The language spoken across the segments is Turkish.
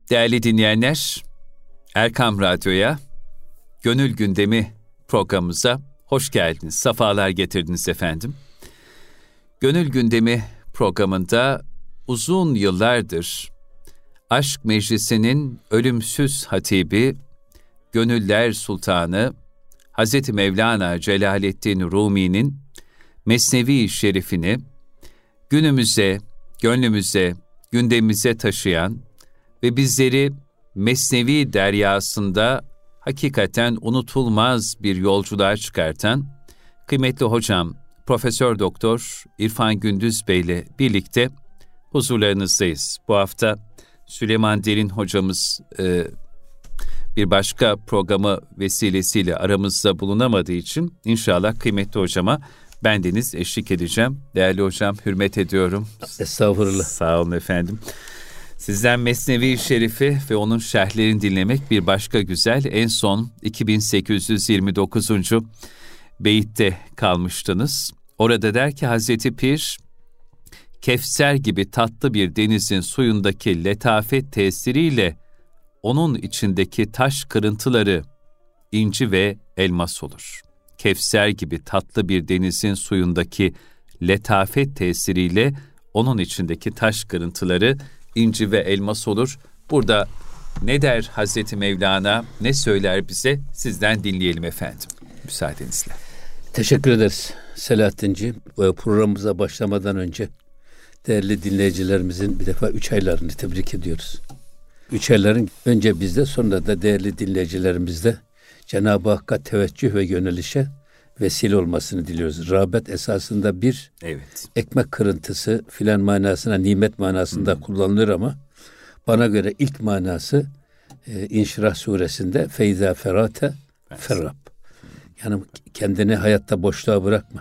Değerli dinleyenler, Erkam Radyo'ya, Gönül Gündemi programımıza hoş geldiniz, sefalar getirdiniz efendim. Gönül Gündemi programında uzun yıllardır Aşk Meclisi'nin ölümsüz hatibi, Gönüller Sultanı, Hz. Mevlana Celaleddin Rumi'nin Mesnevi Şerifini günümüze, gönlümüze, gündemimize taşıyan ve bizleri Mesnevi deryasında hakikaten unutulmaz bir yolculuğa çıkartan kıymetli hocam Profesör Doktor İrfan Gündüz Bey ile birlikte huzurlarınızdayız. Bu hafta Süleyman Derin hocamız bir başka programı vesilesiyle aramızda bulunamadığı için inşallah kıymetli hocama bendeniz eşlik edeceğim. Değerli hocam, hürmet ediyorum. Estağfurullah. Sağ olun efendim. Sizden Mesnevi Şerifi ve onun şerhlerini dinlemek bir başka güzel. En son 2829. beyitte kalmıştınız. Orada der ki Hazreti Pir, Kevser gibi tatlı bir denizin suyundaki letafet tesiriyle onun içindeki taş kırıntıları inci ve elmas olur. Kevser gibi tatlı bir denizin suyundaki letafet tesiriyle onun içindeki taş kırıntıları inci ve elmas olur. Burada ne der Hazreti Mevlana, ne söyler bize? Sizden dinleyelim efendim, müsaadenizle. Teşekkür ederiz Selahattin'ciğim. Programımıza başlamadan önce değerli dinleyicilerimizin bir defa 3 aylarını tebrik ediyoruz. 3 ayların önce bizde, sonra da değerli dinleyicilerimizde Cenab-ı Hakk'a teveccüh ve yönelişe vesile olmasını diliyoruz. Rağbet esasında bir ekmek kırıntısı filan manasına, nimet manasında kullanılır ama bana göre ilk manası İnşirah suresinde feyza ferate ferrab. Yani kendini hayatta boşluğa bırakma.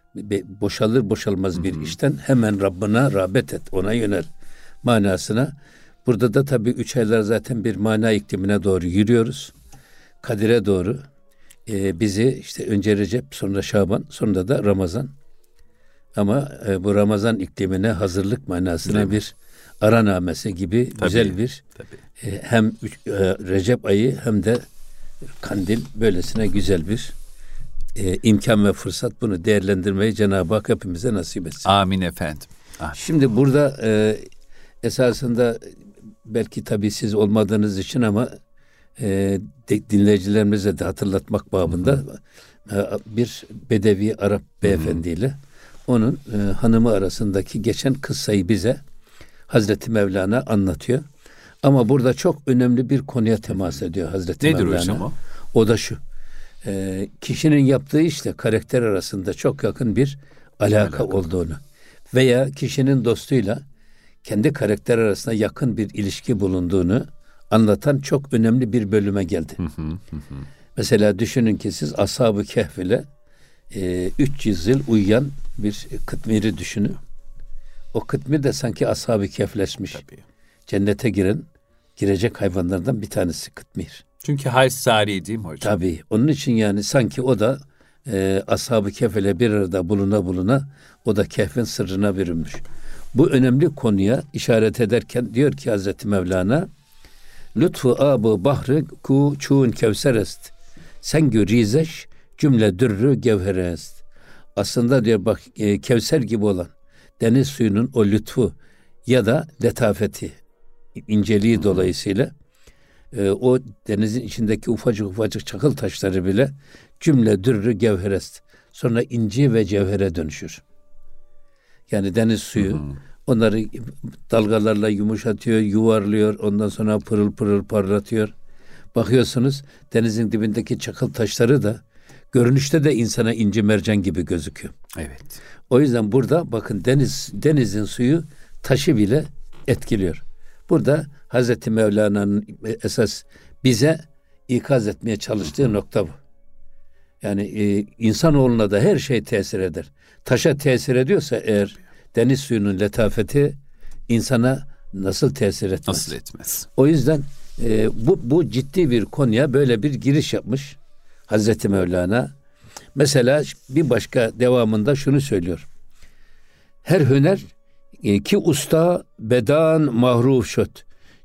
Boşalır boşalmaz bir işten hemen Rabbına rağbet et, ona yönel manasına. Burada da tabii 3 aylar zaten bir mana iklimine doğru yürüyoruz. Kadir'e doğru. Bizi işte önce Recep, sonra Şaban, sonra da Ramazan. Ama bu Ramazan iklimine hazırlık manasına bir aranamesi gibi güzel bir hem Recep ayı hem de Kandil böylesine güzel bir imkan ve fırsat, bunu değerlendirmeyi Cenab-ı Hak hepimize nasip etsin. Amin efendim. Amin. Şimdi burada esasında belki tabii siz olmadığınız için ama dinleyicilerimize de hatırlatmak babında bir Bedevi Arap beyefendiyle onun hanımı arasındaki geçen kıssayı bize Hazreti Mevlana anlatıyor. Ama burada çok önemli bir konuya temas ediyor Hazreti Mevlana. Nedir hocam o? O da şu. Kişinin yaptığı işle karakter arasında çok yakın bir alaka olduğunu veya kişinin dostuyla kendi karakter arasında yakın bir ilişki bulunduğunu anlatan çok önemli bir bölüme geldi. Mesela düşünün ki siz Ashab-ı Kehf ile 300 yıl uyuyan bir kıtmiri düşünün. O kıtmir de sanki Ashab-ı Kehf'leşmiş. Tabii. Cennete girecek hayvanlardan bir tanesi kıtmir. Çünkü haysari değil mi hocam? Tabii. Onun için yani sanki o da Ashab-ı Kehf ile bir arada buluna o da Kehf'in sırrına bürünmüş. Bu önemli konuya işaret ederken diyor ki Hazreti Mevlana, lütfu abu bahri ku çuğun kevser est. Sen rizeş cümle dürrü gevher est. Aslında diyor bak Kevser gibi olan deniz suyunun o lütfu ya da letafeti, inceliği dolayısıyla o denizin içindeki ufacık çakıl taşları bile cümle dürrü gevher est. Sonra inci ve cevhere dönüşür. Yani deniz suyu onları dalgalarla yumuşatıyor, yuvarlıyor, ondan sonra pırıl pırıl parlatıyor. Bakıyorsunuz denizin dibindeki çakıl taşları da görünüşte de insana inci mercan gibi gözüküyor. Evet. O yüzden burada bakın denizin suyu taşı bile etkiliyor. Burada Hazreti Mevlana'nın esas bize ikaz etmeye çalıştığı nokta bu. Yani insanoğluna da her şey tesir eder. Taşa tesir ediyorsa eğer deniz suyunun letafeti insana nasıl tesir etmez? Nasıl etmez? O yüzden bu ciddi bir konuya böyle bir giriş yapmış Hazreti Mevlana. Mesela bir başka devamında şunu söylüyor. Her hüner ki usta bedan mahruf şöt.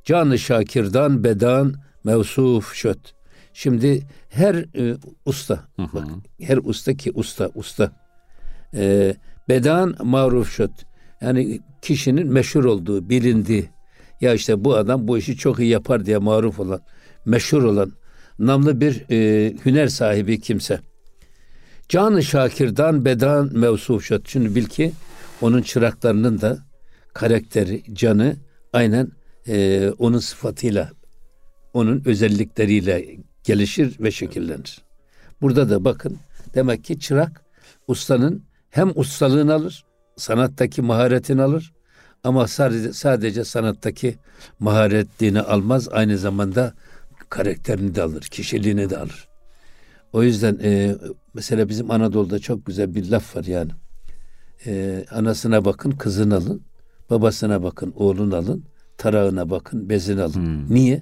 Canı şakirdan bedan mevsuf şöt. Şimdi her usta, bak her usta ki usta bedan maruf şöt. Yani kişinin meşhur olduğu, bilindiği, ya işte bu adam bu işi çok iyi yapar diye maruf olan, meşhur olan, namlı bir hüner sahibi kimse. Canı şakirdan bedan mevsuf şöt. Şimdi bil ki onun çıraklarının da karakteri, canı aynen onun sıfatıyla, onun özellikleriyle gelişir ve şekillenir. Burada da bakın, demek ki çırak ustanın hem ustalığını alır, sanattaki maharetini alır, ama sadece sanattaki maharetliğini almaz, aynı zamanda karakterini de alır, kişiliğini de alır. O yüzden mesela bizim Anadolu'da çok güzel bir laf var yani. Anasına bakın, kızını alın, babasına bakın, oğlunu alın, tarağına bakın, bezini alın. Niye?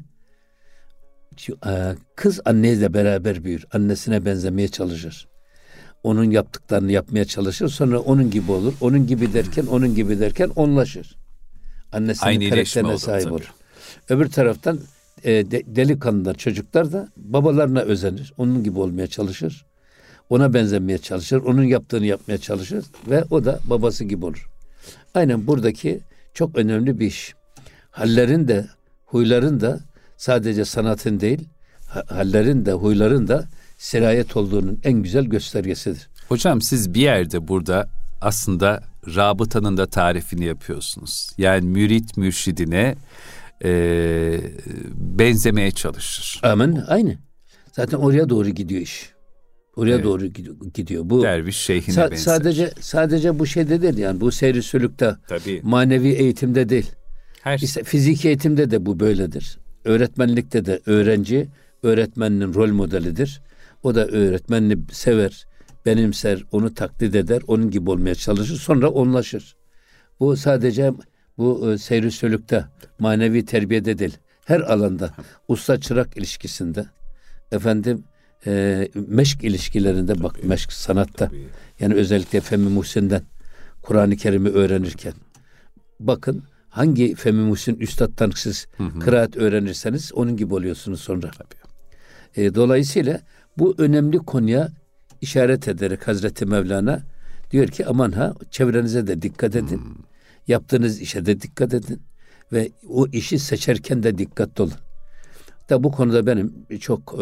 Kız anneyle beraber büyür, annesine benzemeye çalışır. Onun yaptıklarını yapmaya çalışır, sonra onun gibi olur. Onun gibi derken onlaşır. Annesinin karakterine sahip olur. Öbür taraftan delikanlılar, çocuklar da babalarına özenir. Onun gibi olmaya çalışır. Ona benzemeye çalışır. Onun yaptığını yapmaya çalışır ve o da babası gibi olur. Aynen buradaki çok önemli bir iş. Hallerin de, huyların da sadece sanatın değil, hallerin de, huyların da sirayet olduğunun en güzel göstergesidir. Hocam siz bir yerde burada aslında rabıtanın da tarifini yapıyorsunuz. Yani mürit mürşidine benzemeye çalışır. Amin, aynı. Zaten oraya doğru gidiyor iş. Oraya doğru gidiyor. Bu derviş şeyhine benzer. Sadece bu şeyde değil, yani bu seyri sülükte, manevi eğitimde değil. İşte fiziki eğitimde de bu böyledir. Öğretmenlikte de öğrenci öğretmeninin rol modelidir. O da öğretmenini sever, benimser, onu taklit eder, onun gibi olmaya çalışır, sonra onlaşır. Bu sadece bu seyri sülükte, manevi terbiyede değil, her alanda, usta çırak ilişkisinde, meşk ilişkilerinde, bak meşk sanatta, yani özellikle Fehmi Muhsin'den Kur'an-ı Kerim'i öğrenirken, bakın hangi Fehmi Muhsin üstattan siz kıraat öğrenirseniz onun gibi oluyorsunuz sonra. Dolayısıyla bu önemli konuya işaret ederek Hazreti Mevlana diyor ki aman ha, çevrenize de dikkat edin. Yaptığınız işe de dikkat edin. Ve o işi seçerken de dikkatli olun. Da bu konuda benim çok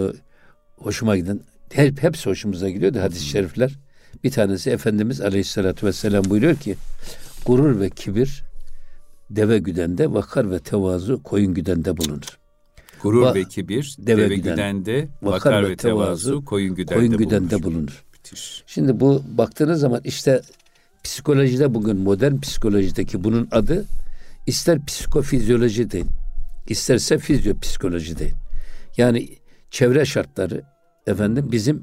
hoşuma giden, hepsi hoşumuza gidiyor da hadis-i şerifler. Bir tanesi Efendimiz Aleyhisselatü Vesselam buyuruyor ki gurur ve kibir deve güdende, vakar ve tevazu koyun güdende bulunur. Gurur ve kibir deve güdende, vakar ve tevazu koyun güdende bulunur. Müthiş. Şimdi bu baktığınız zaman işte psikolojide, bugün modern psikolojideki bunun adı ister psikofizyoloji deyin, isterse fizyopsikoloji deyin. Yani çevre şartları bizim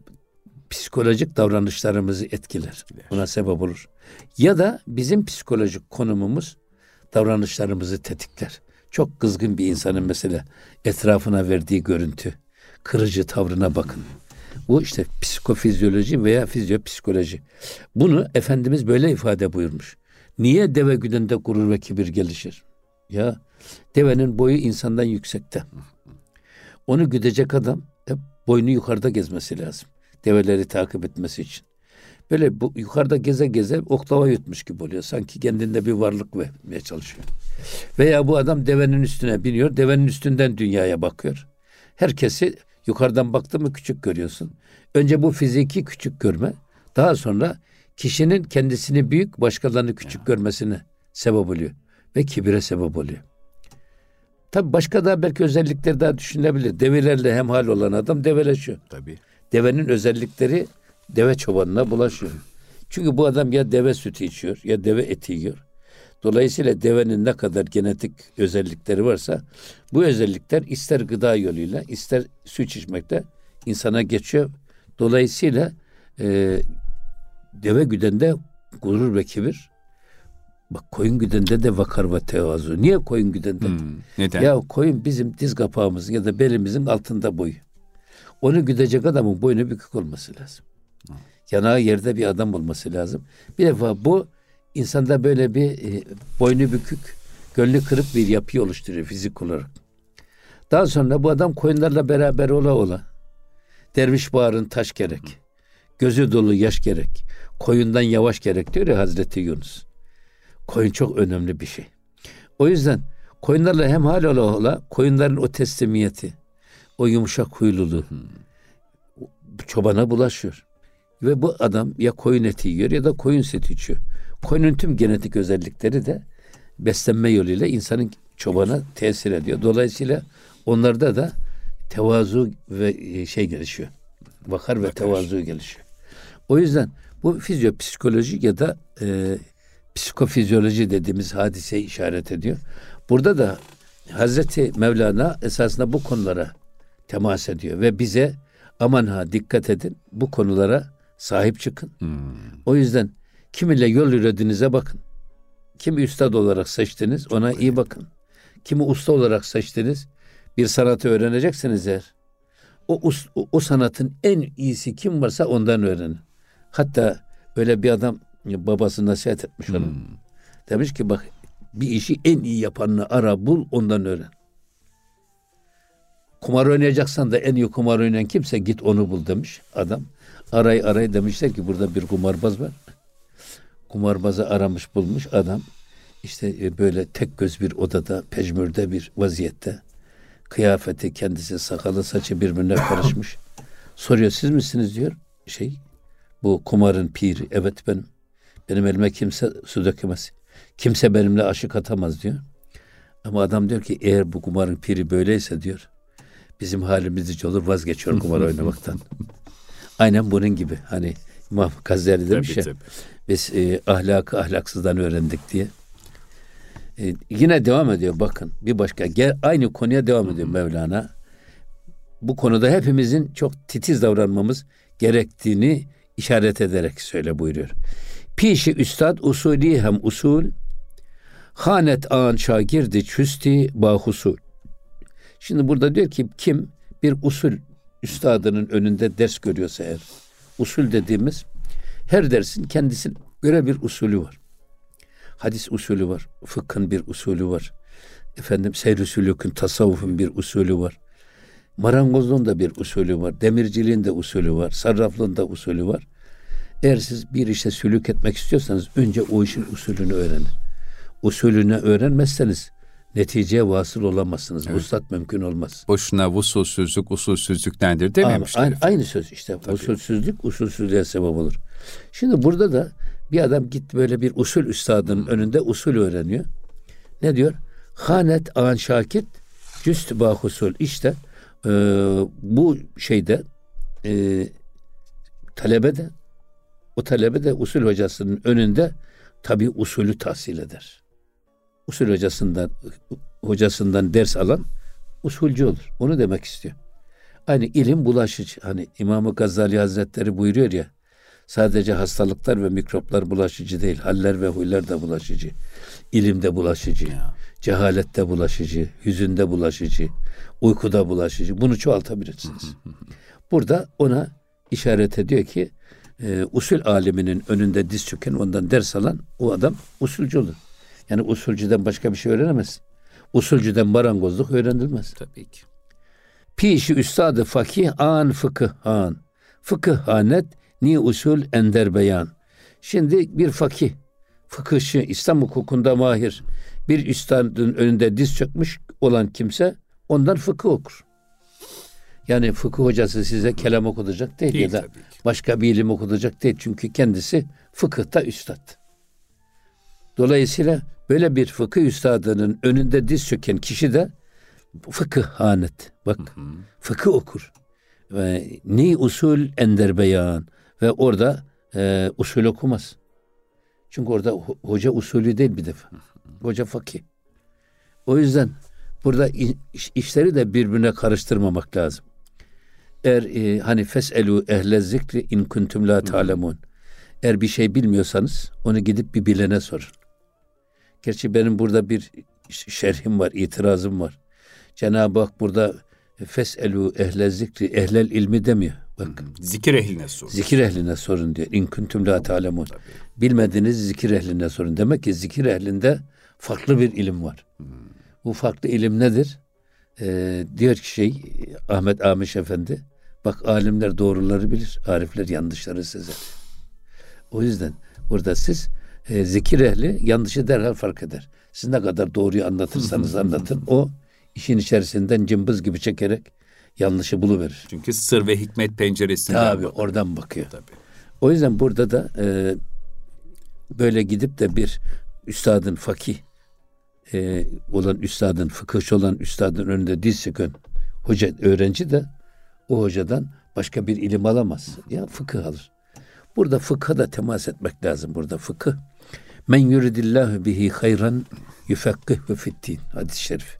psikolojik davranışlarımızı etkiler. Buna sebep olur. Ya da bizim psikolojik konumumuz davranışlarımızı tetikler. Çok kızgın bir insanın mesela etrafına verdiği görüntü, kırıcı tavrına bakın. Bu işte psikofizyoloji veya fizyopsikoloji. Bunu Efendimiz böyle ifade buyurmuş. Niye deve güdende gurur ve kibir gelişir? Ya devenin boyu insandan yüksekte. Onu güdecek adam hep boynu yukarıda gezmesi lazım. Develeri takip etmesi için. Böyle bu yukarıda geze oklava yutmuş gibi oluyor. Sanki kendinde bir varlık vermeye çalışıyor. Veya bu adam devenin üstüne biniyor. Devenin üstünden dünyaya bakıyor. Herkesi yukarıdan baktın mı küçük görüyorsun. Önce bu fiziki küçük görme. Daha sonra kişinin kendisini büyük, başkalarını küçük görmesine sebep oluyor. Ve kibire sebep oluyor. Tabii başka da belki özellikleri daha düşünülebilir. Develerle hemhal olan adam develeşiyor. Tabii. Devenin özellikleri deve çobanına bulaşıyor. Çünkü bu adam ya deve sütü içiyor ya deve eti yiyor. Dolayısıyla devenin ne kadar genetik özellikleri varsa bu özellikler ister gıda yoluyla ister süt içmekte insana geçiyor. Dolayısıyla deve güdende gurur ve kibir, bak koyun güdende de vakar ve tevazu. Niye koyun güdende? Neden? Ya koyun bizim diz kapağımızın ya da belimizin altında boyu. Onu güdecek adamın boynu bükük olması lazım. Yanağı yerde bir adam olması lazım. Bir defa bu insanda böyle bir boynu bükük, Gönlü kırık bir yapıyı oluşturuyor fizik olarak. Daha sonra bu adam koyunlarla beraber ola ola, derviş bağrın taş gerek, gözü dolu yaş gerek, koyundan yavaş gerek diyor ya Hazreti Yunus. Koyun çok önemli bir şey. O yüzden koyunlarla hemhal ola ola, koyunların o teslimiyeti, o yumuşak huyluluğu çobana bulaşıyor. Ve bu adam ya koyun eti yiyor ya da koyun sütü içiyor. Koyunun tüm genetik özellikleri de beslenme yoluyla insanın çobana tesir ediyor. Dolayısıyla onlarda da tevazu ve gelişiyor. Vakar ve tevazu gelişiyor. O yüzden bu fizyopsikoloji ya da psikofizyoloji dediğimiz hadiseyi işaret ediyor. Burada da Hazreti Mevlana esasında bu konulara temas ediyor ve bize aman ha dikkat edin, bu konulara sahip çıkın. O yüzden kiminle yol yürüdüğünüze bakın. Kimi üstad olarak seçtiniz, ona iyi bakın. Kimi usta olarak seçtiniz, bir sanatı öğreneceksiniz eğer. O sanatın en iyisi kim varsa ondan öğrenin. Hatta öyle bir adam babası nasihat etmiş ona. Demiş ki bak, bir işi en iyi yapanını ara, bul, ondan öğren. Kumar oynayacaksan da en iyi kumar oynayan kimse git onu bul demiş adam. Aray demişler ki burada bir kumarbaz var. Kumarbazı aramış bulmuş adam. İşte böyle tek göz bir odada, pejmürde bir vaziyette. Kıyafeti, kendisi, sakalı, saçı birbirine karışmış. Soruyor, siz misiniz diyor. Bu kumarın piri. Evet benim. Benim elime kimse su dökemez. Kimse benimle aşık atamaz diyor. Ama adam diyor ki eğer bu kumarın piri böyleyse diyor, bizim halimiz hiç olur, vazgeçiyor kumar oynamaktan. Aynen bunun gibi. Hani İmam Gazali demiş ya, biz ahlakı ahlaksızdan öğrendik diye. Yine devam ediyor bakın. Bir başka aynı konuya devam ediyor Mevlana. Bu konuda hepimizin çok titiz davranmamız gerektiğini işaret ederek söyle buyuruyor. Pişi üstad usulü hem usul, hanet an şagirdi çüsti bahusul. Şimdi burada diyor ki kim bir usul üstadının önünde ders görüyorsa eğer, usul dediğimiz her dersin kendisine göre bir usulü var. Hadis usulü var, fıkhın bir usulü var. Seyr-i sülûkün, tasavvufun bir usulü var. Marangozluğun da bir usulü var. Demirciliğin de usulü var. Sarraflığın da usulü var. Eğer siz bir işe sülük etmek istiyorsanız önce o işin usulünü öğrenin. Usulünü öğrenmezseniz neticeye vasıl olamazsınız. Evet. Vuslat mümkün olmaz. Boşuna usulsüzlük usulsüzlüktendir dememişler. Aynı söz işte. Tabii. Usulsüzlük usulsüzlüğe sebep olur. Şimdi burada da bir adam gitti böyle bir usul üstadının önünde usul öğreniyor. Ne diyor? Hanet an şakit cüst bahusul. İşte bu şeyde talebe de usul hocasının önünde tabii usulü tahsil eder. Usul hocasından ders alan usulcü olur. Onu demek istiyor. Aynı ilim bulaşıcı. Hani İmam-ı Gazali Hazretleri buyuruyor ya, sadece hastalıklar ve mikroplar bulaşıcı değil, haller ve huylar da bulaşıcı. İlim de bulaşıcı, cehalet de bulaşıcı, hüzün de bulaşıcı, uyku da bulaşıcı. Bunu çoğaltabilirsiniz. Burada ona işaret ediyor ki usul aliminin önünde diz çöken, ondan ders alan o adam usulcü olur. Yani usulcüden başka bir şey öğrenemez. Usulcüden marangozluk öğrenilmez. Tabii ki. Pişi üstadı fakih an fıkıh an. Fıkıh hanet ni usul ender beyan. Şimdi bir fakih, fıkıhçı, İslam hukukunda mahir bir üstadın önünde diz çökmüş olan kimse ondan fıkıh okur. Yani fıkıh hocası size kelam okutacak değil ya da başka bir ilim okutacak değil. Çünkü kendisi fıkıhta üstad. Dolayısıyla böyle bir fıkıh üstadının önünde diz çöken kişi de fıkıh hanet. Bak, fıkıh okur. Ve ni usul ender beyan. Ve orada usul okumaz. Çünkü orada hoca usulü değil bir defa. Hoca fakih. O yüzden burada işleri de birbirine karıştırmamak lazım. Eğer hani feselu ehle zikri in kuntum la ta'lemun. Eğer bir şey bilmiyorsanız onu gidip bir bilene sorun. Gerçi benim burada bir şerhim var, itirazım var. Cenab-ı Hak burada feselu ehle zikri, ehlel ilmi demiyor. Bak. Zikir ehline sorun. Zikir ehline sorun diyor. İn kuntum la ta'lemun. Bilmediğiniz zikir ehline sorun. Demek ki zikir ehlinde Farklı bir ilim var. Bu farklı ilim nedir? Diyor ki Ahmet Amiş Efendi, bak alimler doğruları bilir, arifler yanlışları sezer. O yüzden burada siz zikir ehli yanlışı derhal fark eder. Siz ne kadar doğruyu anlatırsanız anlatın, o işin içerisinden cımbız gibi çekerek yanlışı buluverir. Çünkü sır ve hikmet penceresinden tabii oradan bakıyor. Tabii. O yüzden burada da böyle gidip de bir üstadın fakih olan üstadın, fıkıhçı olan üstadın önünde diz çöken hoca, öğrenci de o hocadan başka bir ilim alamaz. Ya fıkıh alır. Burada fıkha da temas etmek lazım. Burada fıkıh. Men yuridillahu bihi hayran yufekkihhu fiddin. Hadis-i şerif.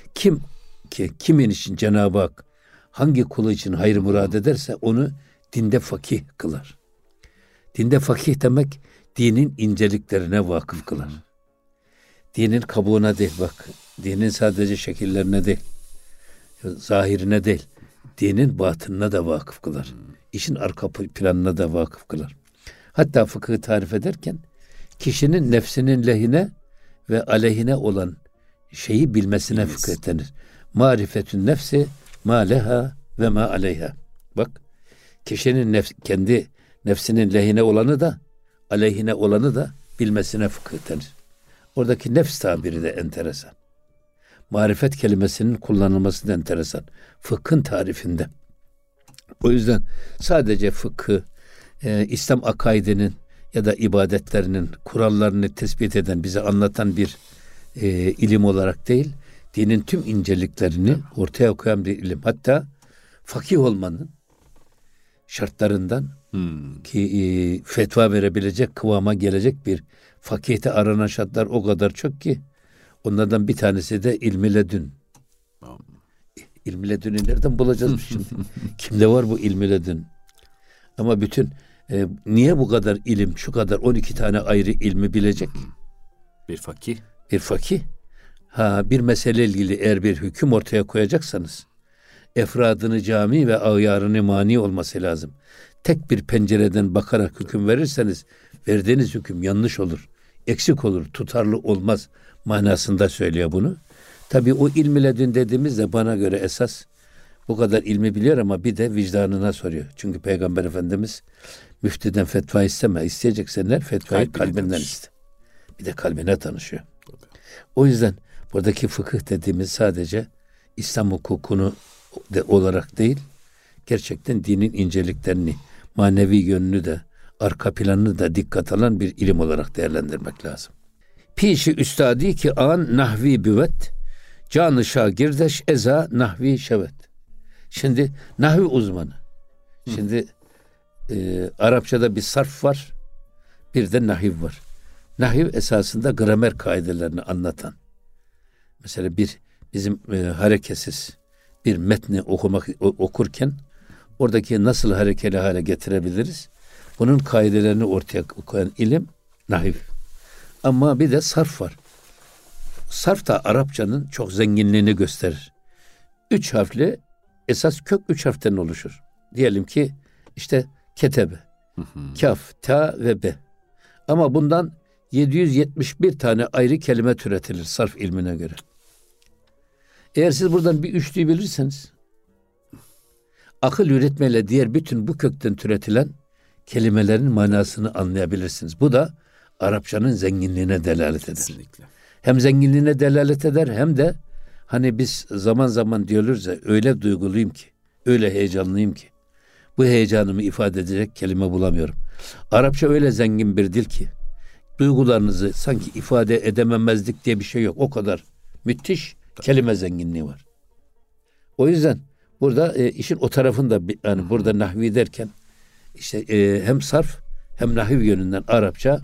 Kimin için Cenab-ı Hak hangi kulu için hayır murad ederse onu dinde fakih kılar. Dinde fakih demek dinin inceliklerine vakıf kılar. Dinin kabuğuna değil bak. Dinin sadece şekillerine değil. Zahirine değil. Dinin batınına da vakıf kılar. İşin arka planına da vakıf kılar. Hatta fıkıhı tarif ederken kişinin nefsinin lehine ve aleyhine olan şeyi bilmesine fıkıh denir. Marifetün nefsi ma leha ve ma aleyha. Bak, kişinin kendi nefsinin lehine olanı da aleyhine olanı da bilmesine fıkıh denir. Oradaki nefs tabiri de enteresan. Marifet kelimesinin kullanılması da enteresan. Fıkhın tarifinde. O yüzden sadece fıkhı, İslam akaidinin ya da ibadetlerinin kurallarını tespit eden, bize anlatan bir ilim olarak değil, dinin tüm inceliklerini ortaya koyan bir ilim. Hatta fakih olmanın şartlarından ki fetva verebilecek kıvama gelecek bir fakihte aranan şartlar o kadar çok ki onlardan bir tanesi de ilmi ledün. İlmi ledünü nereden bulacağız şimdi? Kimde var bu ilmi ledün? Ama bütün niye bu kadar ilim, şu kadar 12 tane ayrı ilmi bilecek? Bir fakih. Bir fakih. Bir mesele ilgili eğer bir hüküm ortaya koyacaksanız efradını cami ve ağyarını mani olması lazım. Tek bir pencereden bakarak hüküm verirseniz verdiğiniz hüküm yanlış olur, eksik olur, tutarlı olmaz manasında söylüyor bunu. Tabii o ilmi ledün dediğimizde bana göre esas bu kadar ilmi biliyor ama bir de vicdanına soruyor. Çünkü Peygamber Efendimiz müftiden fetva isteme. İsteyeceksen her fetvayı kalbinden iste. Bir de kalbine tanışıyor. O yüzden buradaki fıkıh dediğimiz sadece İslam hukukunu olarak değil, gerçekten dinin inceliklerini, manevi yönünü de, arka planını da dikkat alan bir ilim olarak değerlendirmek lazım. Pişi üstadi ki an nahvi büvet, canı şagirdeş eza nahvi şevet. Şimdi nahvi uzmanı. Şimdi Arapçada bir sarf var, bir de nahiv var. Nahiv esasında gramer kaidelerini anlatan. Mesela bizim hareketsiz bir metni okurken oradaki nasıl harekeli hale getirebiliriz? Bunun kaidelerini ortaya koyan ilim nahiv. Ama bir de sarf var. Sarf da Arapçanın çok zenginliğini gösterir. 3 harfli, esas kök 3 harften oluşur. Diyelim ki işte ketebe, kaf, ta ve be. Ama bundan 771 tane ayrı kelime türetilir sarf ilmine göre. Eğer siz buradan bir üçlüyü bilirseniz, akıl üretmeyle diğer bütün bu kökten türetilen kelimelerin manasını anlayabilirsiniz. Bu da Arapçanın zenginliğine delalet eder. Kesinlikle. Hem zenginliğine delalet eder hem de hani biz zaman zaman diyoruz ya, öyle duyguluyum ki, öyle heyecanlıyım ki bu heyecanımı ifade edecek kelime bulamıyorum. Arapça öyle zengin bir dil ki duygularınızı sanki ifade edememezlik diye bir şey yok. O kadar müthiş kelime zenginliği var. O yüzden burada işin o tarafında yani burada nahvi derken işte hem sarf hem nahiv yönünden Arapça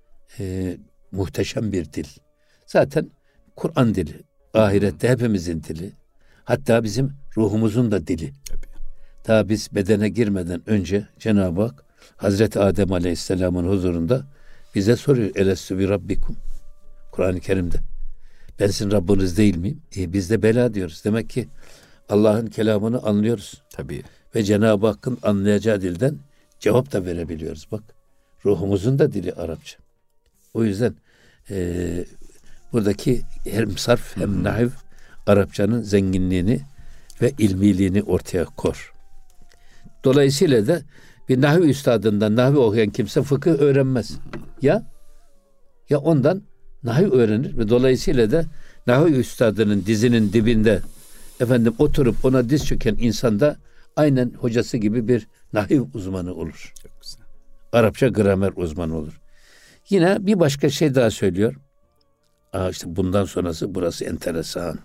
muhteşem bir dil. Zaten Kur'an dili, ahirette hepimizin dili. Hatta bizim ruhumuzun da dili. Daha biz bedene girmeden önce Cenab-ı Hak Hazreti Adem Aleyhisselam'ın huzurunda bize soruyor. Elestü bi rabbikum. Kur'an-ı Kerim'de. Ben sizin Rabbiniz değil miyim? Biz de bela diyoruz. Demek ki Allah'ın kelamını anlıyoruz. Tabii. Ve Cenab-ı Hakk'ın anlayacağı dilden cevap da verebiliyoruz. Bak, ruhumuzun da dili Arapça. O yüzden buradaki hem sarf hem nahiv Arapçanın zenginliğini ve ilmiliğini ortaya koyar. Dolayısıyla da bir nahiv üstadından nahiv okuyan kimse fıkıh öğrenmez. Ya ondan nahiv öğrenir ve dolayısıyla da nahiv üstadının dizinin dibinde oturup ona diz çöken insan da aynen hocası gibi bir nahiv uzmanı olur. Çok güzel. Arapça gramer uzmanı olur. Yine bir başka şey daha söylüyor. İşte bundan sonrası burası enteresan.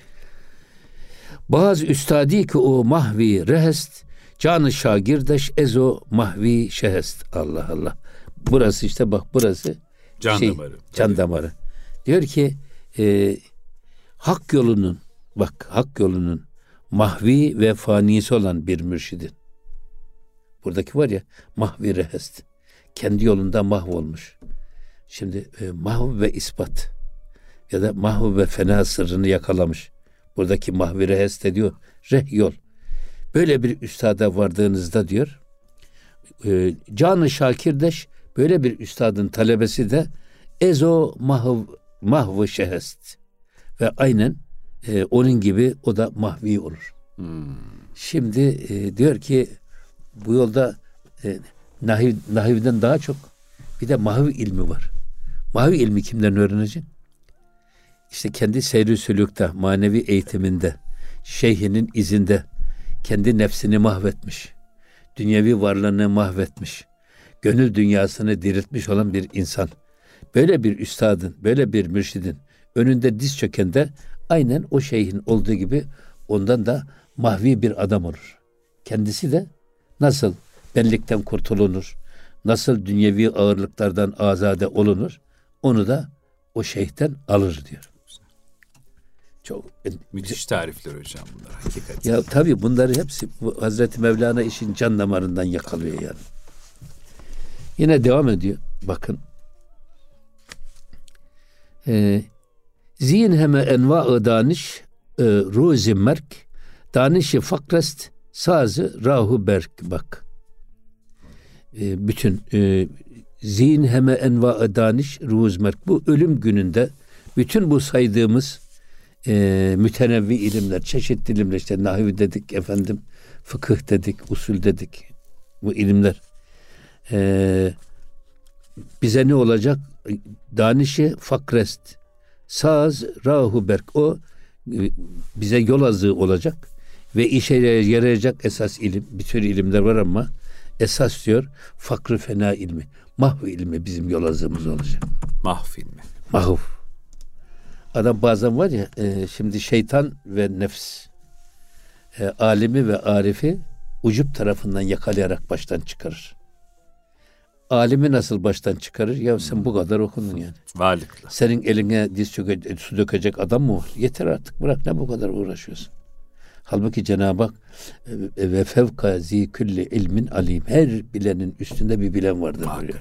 Bazı üstadi ki o mahvi rehest, canı şagirdeş ezo mahvi şehest. Allah Allah. Burası işte bak burası can damarı. Can damarı. Diyor ki hak yolunun mahvi ve fanisi olan bir mürşidin. Buradaki var ya mahvi rehest. Kendi yolunda mahvolmuş. Şimdi mahv ve ispat ya da mahv ve fena sırrını yakalamış. Buradaki mahvi rehest diyor. Reh yol. Böyle bir üstada vardığınızda diyor canı şakirdeş böyle bir üstadın talebesi de ezo mahv şehest ve aynen onun gibi o da mahvi olur. Şimdi diyor ki bu yolda nahivden daha çok bir de mahv ilmi var. Mahv ilmi kimden öğrenecek? İşte kendi seyri sülükte, manevi eğitiminde, şeyhinin izinde kendi nefsini mahvetmiş, dünyevi varlığını mahvetmiş, gönül dünyasını diriltmiş olan bir insan. Böyle bir üstadın, böyle bir mürşidin önünde diz çöken de aynen o şeyhin olduğu gibi ondan da mahvi bir adam olur. Kendisi de nasıl benlikten kurtulunur, nasıl dünyevi ağırlıklardan azade olunur, onu da o şeyhten alır diyor. Çok müthiş tarifler hocam bunlar hakikaten. Ya tabii bunları hepsi Hazreti Mevlana işin can damarından yakalıyor yani. Yine devam ediyor. Bakın. Zihin heme enva-ı daniş ruzi merk danişi fakrest sazı rahu berk bak. Bütün zihin heme enva-ı daniş ruz merk bu ölüm gününde bütün bu saydığımız mütenevvi ilimler, çeşitli ilimler işte nahiv dedik fıkıh dedik, usul dedik. Bu ilimler bize ne olacak? Danişi fakrest saz rahu berk o bize yol azığı olacak ve işe yarayacak esas ilim. Bir sürü ilimler var ama esas diyor fakr-ı fena ilmi. Mahv ilmi bizim yol azığımız olacak. Mahv ilmi. Mahv. Adam bazen var ya şimdi şeytan ve nefs alimi ve arifi ucup tarafından yakalayarak baştan çıkarır. Alimi nasıl baştan çıkarır? Ya sen bu kadar okudun yani. Varlıkla. Senin eline su dökecek adam mı var? Yeter artık bırak ne bu kadar uğraşıyorsun. Halbuki Cenab-ı Hak ve fevka zi külli ilmin alim. Her bilenin üstünde bir bilen vardır diyor.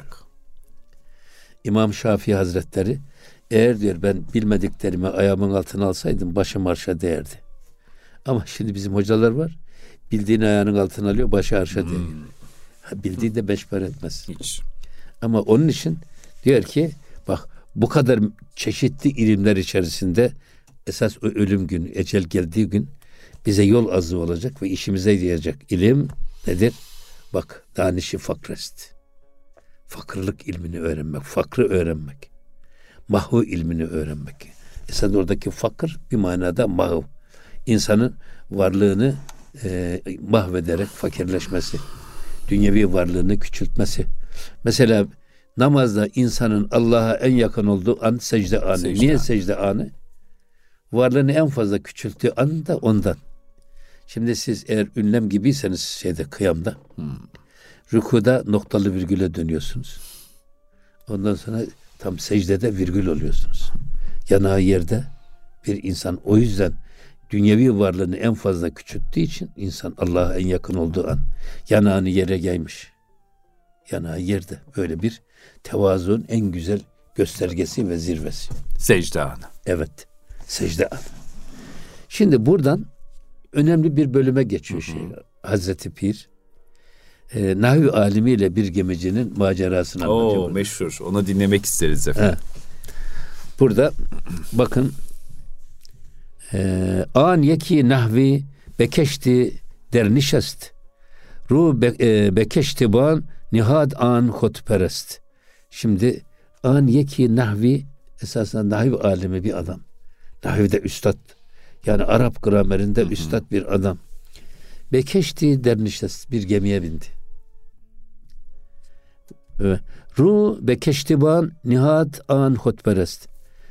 İmam Şafii Hazretleri eğer diyor ben bilmediklerimi ayağımın altına alsaydım başım arşa değerdi. Ama şimdi bizim hocalar var. Bildiğini ayağının altına alıyor başı arşa değiyor. Bildiği de beş para etmez. Hiç. Ama onun için diyor ki bak bu kadar çeşitli ilimler içerisinde esas o ölüm günü, ecel geldiği gün bize yol azı olacak ve işimize yarayacak ilim nedir? Bak danişi fakrest. Fakırlık ilmini öğrenmek, fakrı öğrenmek. Mahvu ilmini öğrenmek. Esas oradaki fakir bir manada mahv. İnsanın varlığını mahvederek fakirleşmesi. Dünyevi varlığını küçültmesi. Mesela namazda insanın Allah'a en yakın olduğu an secde anı. Niye secde anı? Varlığını en fazla küçülttüğü an da ondan. Şimdi siz eğer ünlem gibiyseniz kıyamda rükuda noktalı virgüle dönüyorsunuz. Ondan sonra tam secdede virgül oluyorsunuz. Yanağı yerde bir insan o yüzden dünyevi varlığını en fazla küçülttüğü için insan Allah'a en yakın olduğu an yanağını yere yaymış. Yanağı yerde. Böyle bir tevazuun en güzel göstergesi ve zirvesi. Secde anı. Evet. Secde anı. Şimdi buradan önemli bir bölüme geçiyor Hazreti Pir. Nahvi alimiyle bir gemicinin macerasını anlatıyor. Meşhur. Onu dinlemek isteriz efendim. burada bakın an yeki nahvi bekeşti dernişest ru bekeşti ban nihad an hotperest. Şimdi an yeki nahvi esasında nahiv alemi bir adam. Nahivde üstad. Yani Arap gramerinde üstad bir adam. Bekeşti dernişest, bir gemiye bindi. Ru bekeştiban nihat an hotperest.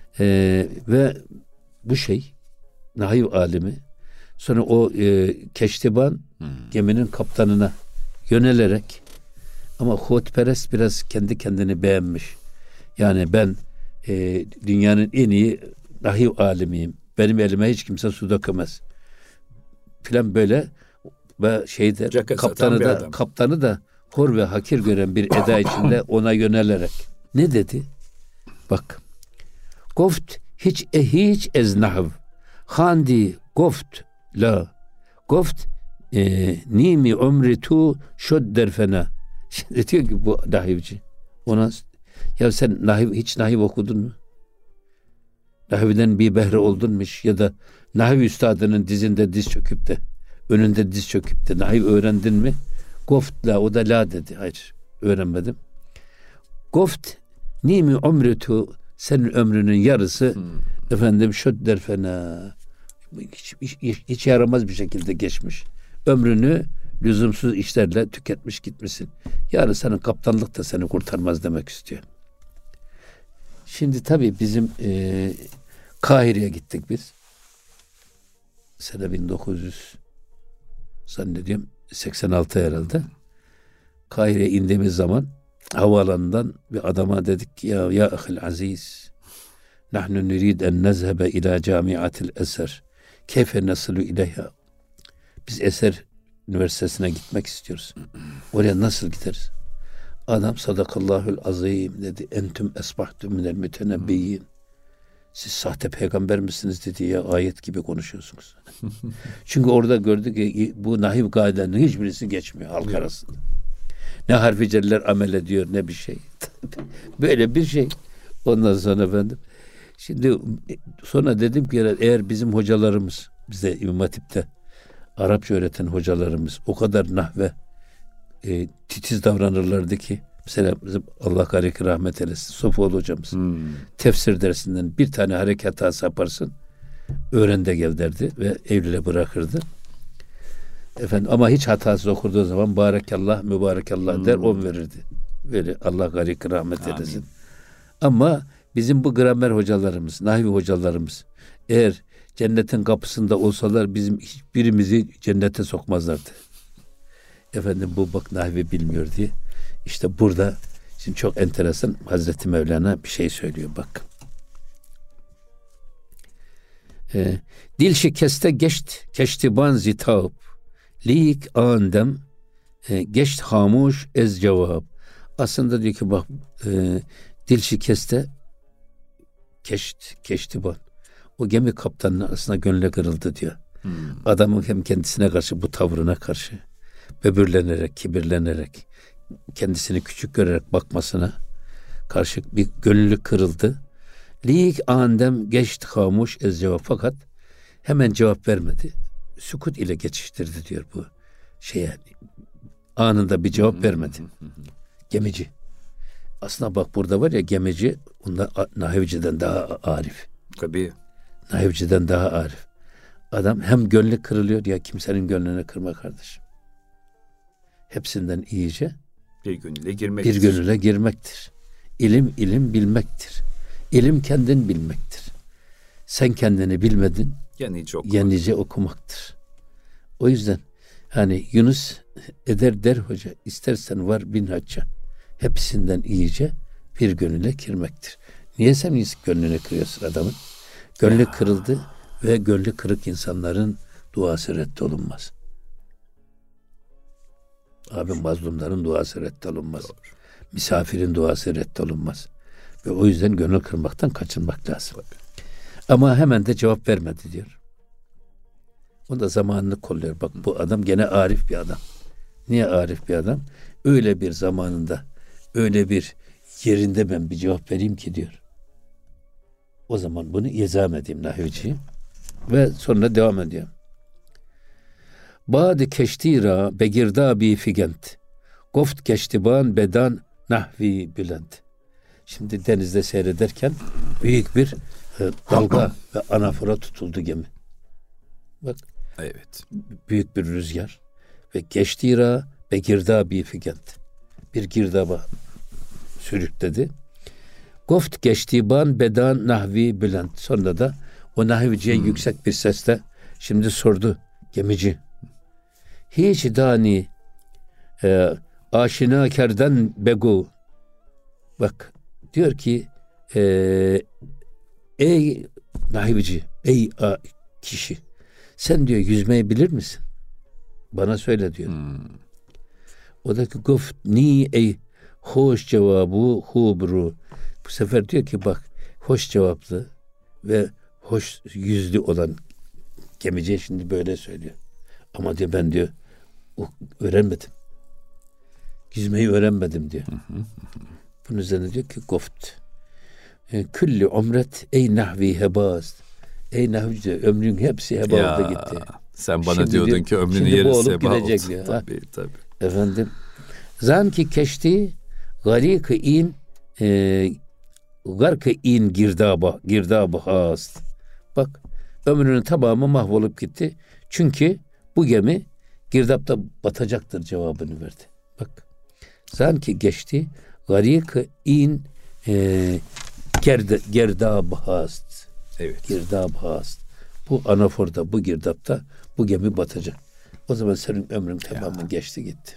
Ve bu şey nahiv alimi sonra o keştiban geminin kaptanına yönelerek, ama hotperest biraz kendi kendini beğenmiş. Yani ben dünyanın en iyi nahiv alimiyim. Benim elime hiç kimse su dökemez. Filan böyle ve kaptanı da hor ve hakir gören bir eda içinde ona yönelerek ne dedi? Bak. Goft hiç ez nahv. Handi goft la. Goft nimi ömri tu şodder fena. Şimdi diyor ki bu nahivci ona, ya sen hiç nahiv okudun mu? Nahivden bir behre oldun mu? Ya da nahiv üstadının dizinde diz çöküp de önünde diz çöküp de nahiv öğrendin mi? Goft la, o da la dedi. Hayır, öğrenmedim. Goft nimi ömrütü, senin ömrünün yarısı efendim şödder fena, hiç yaramaz bir şekilde geçmiş. Ömrünü lüzumsuz işlerle tüketmiş gitmişsin. Yarın senin kaptanlık da seni kurtarmaz demek istiyor. Şimdi tabii bizim Kahire'ye gittik biz. Sene 1900 zannediyorum 86 herhalde. Kahire'ye indiğimiz zaman havaalanından bir adama dedik ki ya ahil aziz, nahnu nurid en nezhebe ila camiatil eser, keyfe nasılu ileyha. Biz Eser Üniversitesi'ne gitmek istiyoruz. Oraya nasıl gideriz? Adam sadakallahul azim dedi. Entüm esbahtum minel mütenebbiyin. Siz sahte peygamber misiniz dedi ya, ayet gibi konuşuyorsunuz. Çünkü orada gördük ki bu nahiv kaidelerinin hiçbirisi geçmiyor halk arasında. Ne harfi celler amel ediyor ne bir şey. Böyle bir şey. Ondan sonra efendim. Şimdi sonra dedim ki eğer bizim hocalarımız, bize İmam Hatip'te Arapça öğreten hocalarımız o kadar nahve titiz davranırlardı ki, mesela bizim Allah gani rahmet eylesin Sofuoğlu hocamız tefsir dersinden bir tane hareket hatası yaparsın, öğren de gel derdi ve Eylül'e bırakırdı. Efendim, ama hiç hatasız okuduğu zaman barekallah mübarekallah der 10 verirdi. Böyle Allah gani rahmet eylesin. Ama bizim bu gramer hocalarımız, nahvi hocalarımız eğer cennetin kapısında olsalar bizim hiçbirimizi cennete sokmazlardı. Efendim bu bak nahvi bilmiyor diye. İşte burada şimdi çok enteresan Hazreti Mevlana bir şey söylüyor bak. Dil şikeste keştiban zitab lik andem geçt hamuş ez cevap. Aslında diyor ki bak dil şikeste keştiban. O gemi kaptanının aslında gönlü kırıldı diyor. Adamın hem kendisine karşı bu tavrına karşı böbürlenerek, kibirlenerek, kendisini küçük görerek bakmasına karşı bir gönlü kırıldı. Lik andem geçti hamuş ez cevap, fakat hemen cevap vermedi. Sükut ile geçiştirdi diyor bu şeye. Anında bir cevap vermedi. Gemici. Aslında bak burada var ya, gemici ondan nahivciden daha arif. Tabii. Nahivciden daha arif. Adam hem gönlü kırılıyor, ya kimsenin gönlünü kırma kardeşim. Hepsinden iyice bir gönüle girmektir. İlim bilmektir. İlim kendin bilmektir. Sen kendini bilmedin, yenice okumaktır. O yüzden hani Yunus eder der hoca, istersen var bin hacca. Hepsinden iyice bir gönüle girmektir. Niye sen gönlünü kırıyorsun adamın? Gönlü kırıldı ve gönlü kırık insanların duası reddolunmaz. Abi mazlumların duası reddolunmaz. Doğru. Misafirin duası reddolunmaz. Ve o yüzden gönül kırmaktan kaçınmak lazım. Tabii. Ama hemen de cevap vermedi diyor. O da zamanını kolluyor. Bak bu adam gene arif bir adam. Niye arif bir adam? Öyle bir zamanında, öyle bir yerinde ben bir cevap vereyim ki diyor. O zaman bunu izah edeyim nahivciyi. Ve sonra devam ediyor. Bâd-ı keştîrâ begirdâ-bî figent. Goft keştibân bedan nahvi bülent. Şimdi denizde seyrederken büyük bir dalga ve anafora tutuldu gemi. Bak. Evet. Büyük bir rüzgar ve keştîrâ begirdâ-bî figent. Bir girdaba sürükledi. Goft keştibân bedan nahvi bülent. Sonra da o nahivciye yüksek bir sesle şimdi sordu gemici. Hiç dani aşina kerden begu. Bak diyor ki ey nahivci, ey kişi, sen diyor yüzmeyi bilir misin? Bana söyle diyor. O da ki goft ni ey hoş cevabı hubru. Bu sefer diyor ki bak hoş cevaplı ve hoş yüzlü olan gemici şimdi böyle söylüyor. Ama diyor ben diyor öğrenmedim. Yüzmeyi öğrenmedim diyor. Bunun üzerine diyor ki goft. Külli umret ey nahvi hebaz. Ey nahvici ömrün hepsi heba oldu gitti. Sen bana şimdi diyordun diyor, ki ömrünün yarısı heba oldu. Diyor, tabii. Efendim. Zan ki keşti garîk-ı in gark-ı in girdabı hast. Bak ömrünün tamamı mahvolup gitti. Çünkü bu gemi girdapta batacaktır cevabını verdi. Bak. Sanki geçti. Garîk-ı in girdabı hast. Evet. Girdabı hast. Bu anaforda, bu girdapta bu gemi batacak. O zaman senin ömrün tamamen geçti gitti.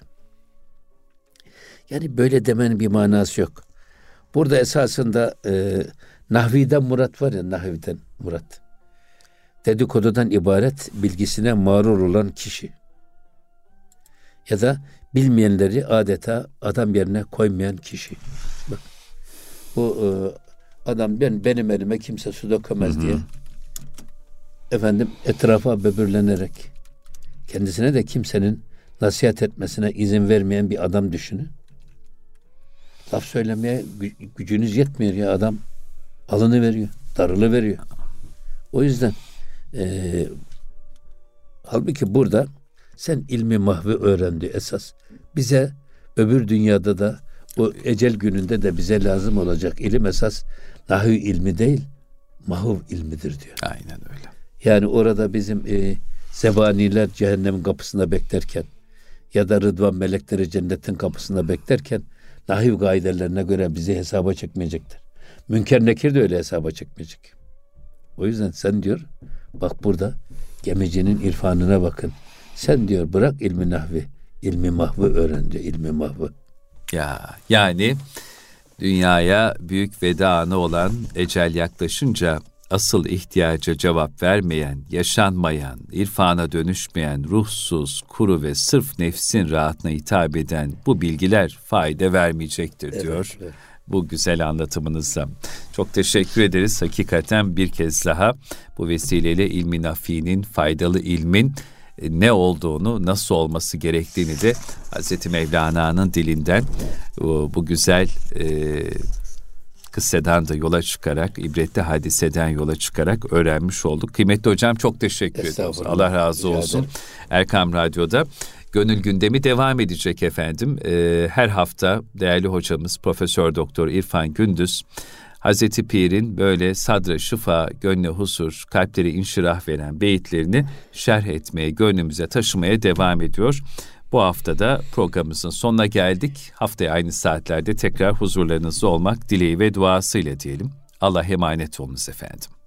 Yani böyle demenin bir manası yok. Burada esasında nahviden murat var ya, nahviden murat. Dedikodudan ibaret bilgisine mağrur olan kişi. Ya da bilmeyenleri adeta adam yerine koymayan kişi. Bak, bu adam benim elime kimse su dökemez diye efendim etrafa böbürlenerek kendisine de kimsenin nasihat etmesine izin vermeyen bir adam düşünün. Laf söylemeye gücünüz yetmiyor ya, adam alını veriyor, darılı veriyor. O yüzden halbuki burada sen ilmi mahvi öğrendi esas. Bize öbür dünyada da o ecel gününde de bize lazım olacak ilim esas nahiv ilmi değil, mahv ilmidir diyor. Aynen öyle. Yani orada bizim zebaniler cehennemin kapısında beklerken ya da rıdvan melekleri cennetin kapısında beklerken nahiv kaidelerine göre bizi hesaba çekmeyecektir. Münker Nekir de öyle hesaba çekmeyecek. O yüzden sen diyor, bak burada gemicinin irfanına bakın. Sen diyor bırak ilmi nahvi, ilmi mahvı öğren diyor, ilmi mahvı. Yani dünyaya büyük veda anı olan ecel yaklaşınca asıl ihtiyaca cevap vermeyen, yaşanmayan, irfana dönüşmeyen, ruhsuz, kuru ve sırf nefsin rahatına hitap eden bu bilgiler fayda vermeyecektir diyor. Evet. Bu güzel anlatımınızla. Çok teşekkür ederiz. Hakikaten bir kez daha bu vesileyle ilmi nafi'nin, faydalı ilmin ne olduğunu, nasıl olması gerektiğini de Hazreti Mevlana'nın dilinden bu güzel kıssadan da yola çıkarak, ibretli hadiseden yola çıkarak öğrenmiş olduk. Kıymetli hocam çok teşekkür ediyoruz. Allah razı olsun. Erkam Radyo'da Gönül Gündemi devam edecek efendim. Her hafta değerli hocamız Profesör Doktor İrfan Gündüz, Hazreti Pir'in böyle sadra şifa, gönle huzur, kalpleri inşirah veren beyitlerini şerh etmeye, gönlümüze taşımaya devam ediyor. Bu haftada programımızın sonuna geldik. Haftaya aynı saatlerde tekrar huzurlarınızda olmak dileği ve duasıyla diyelim. Allah'a emanet olunuz efendim.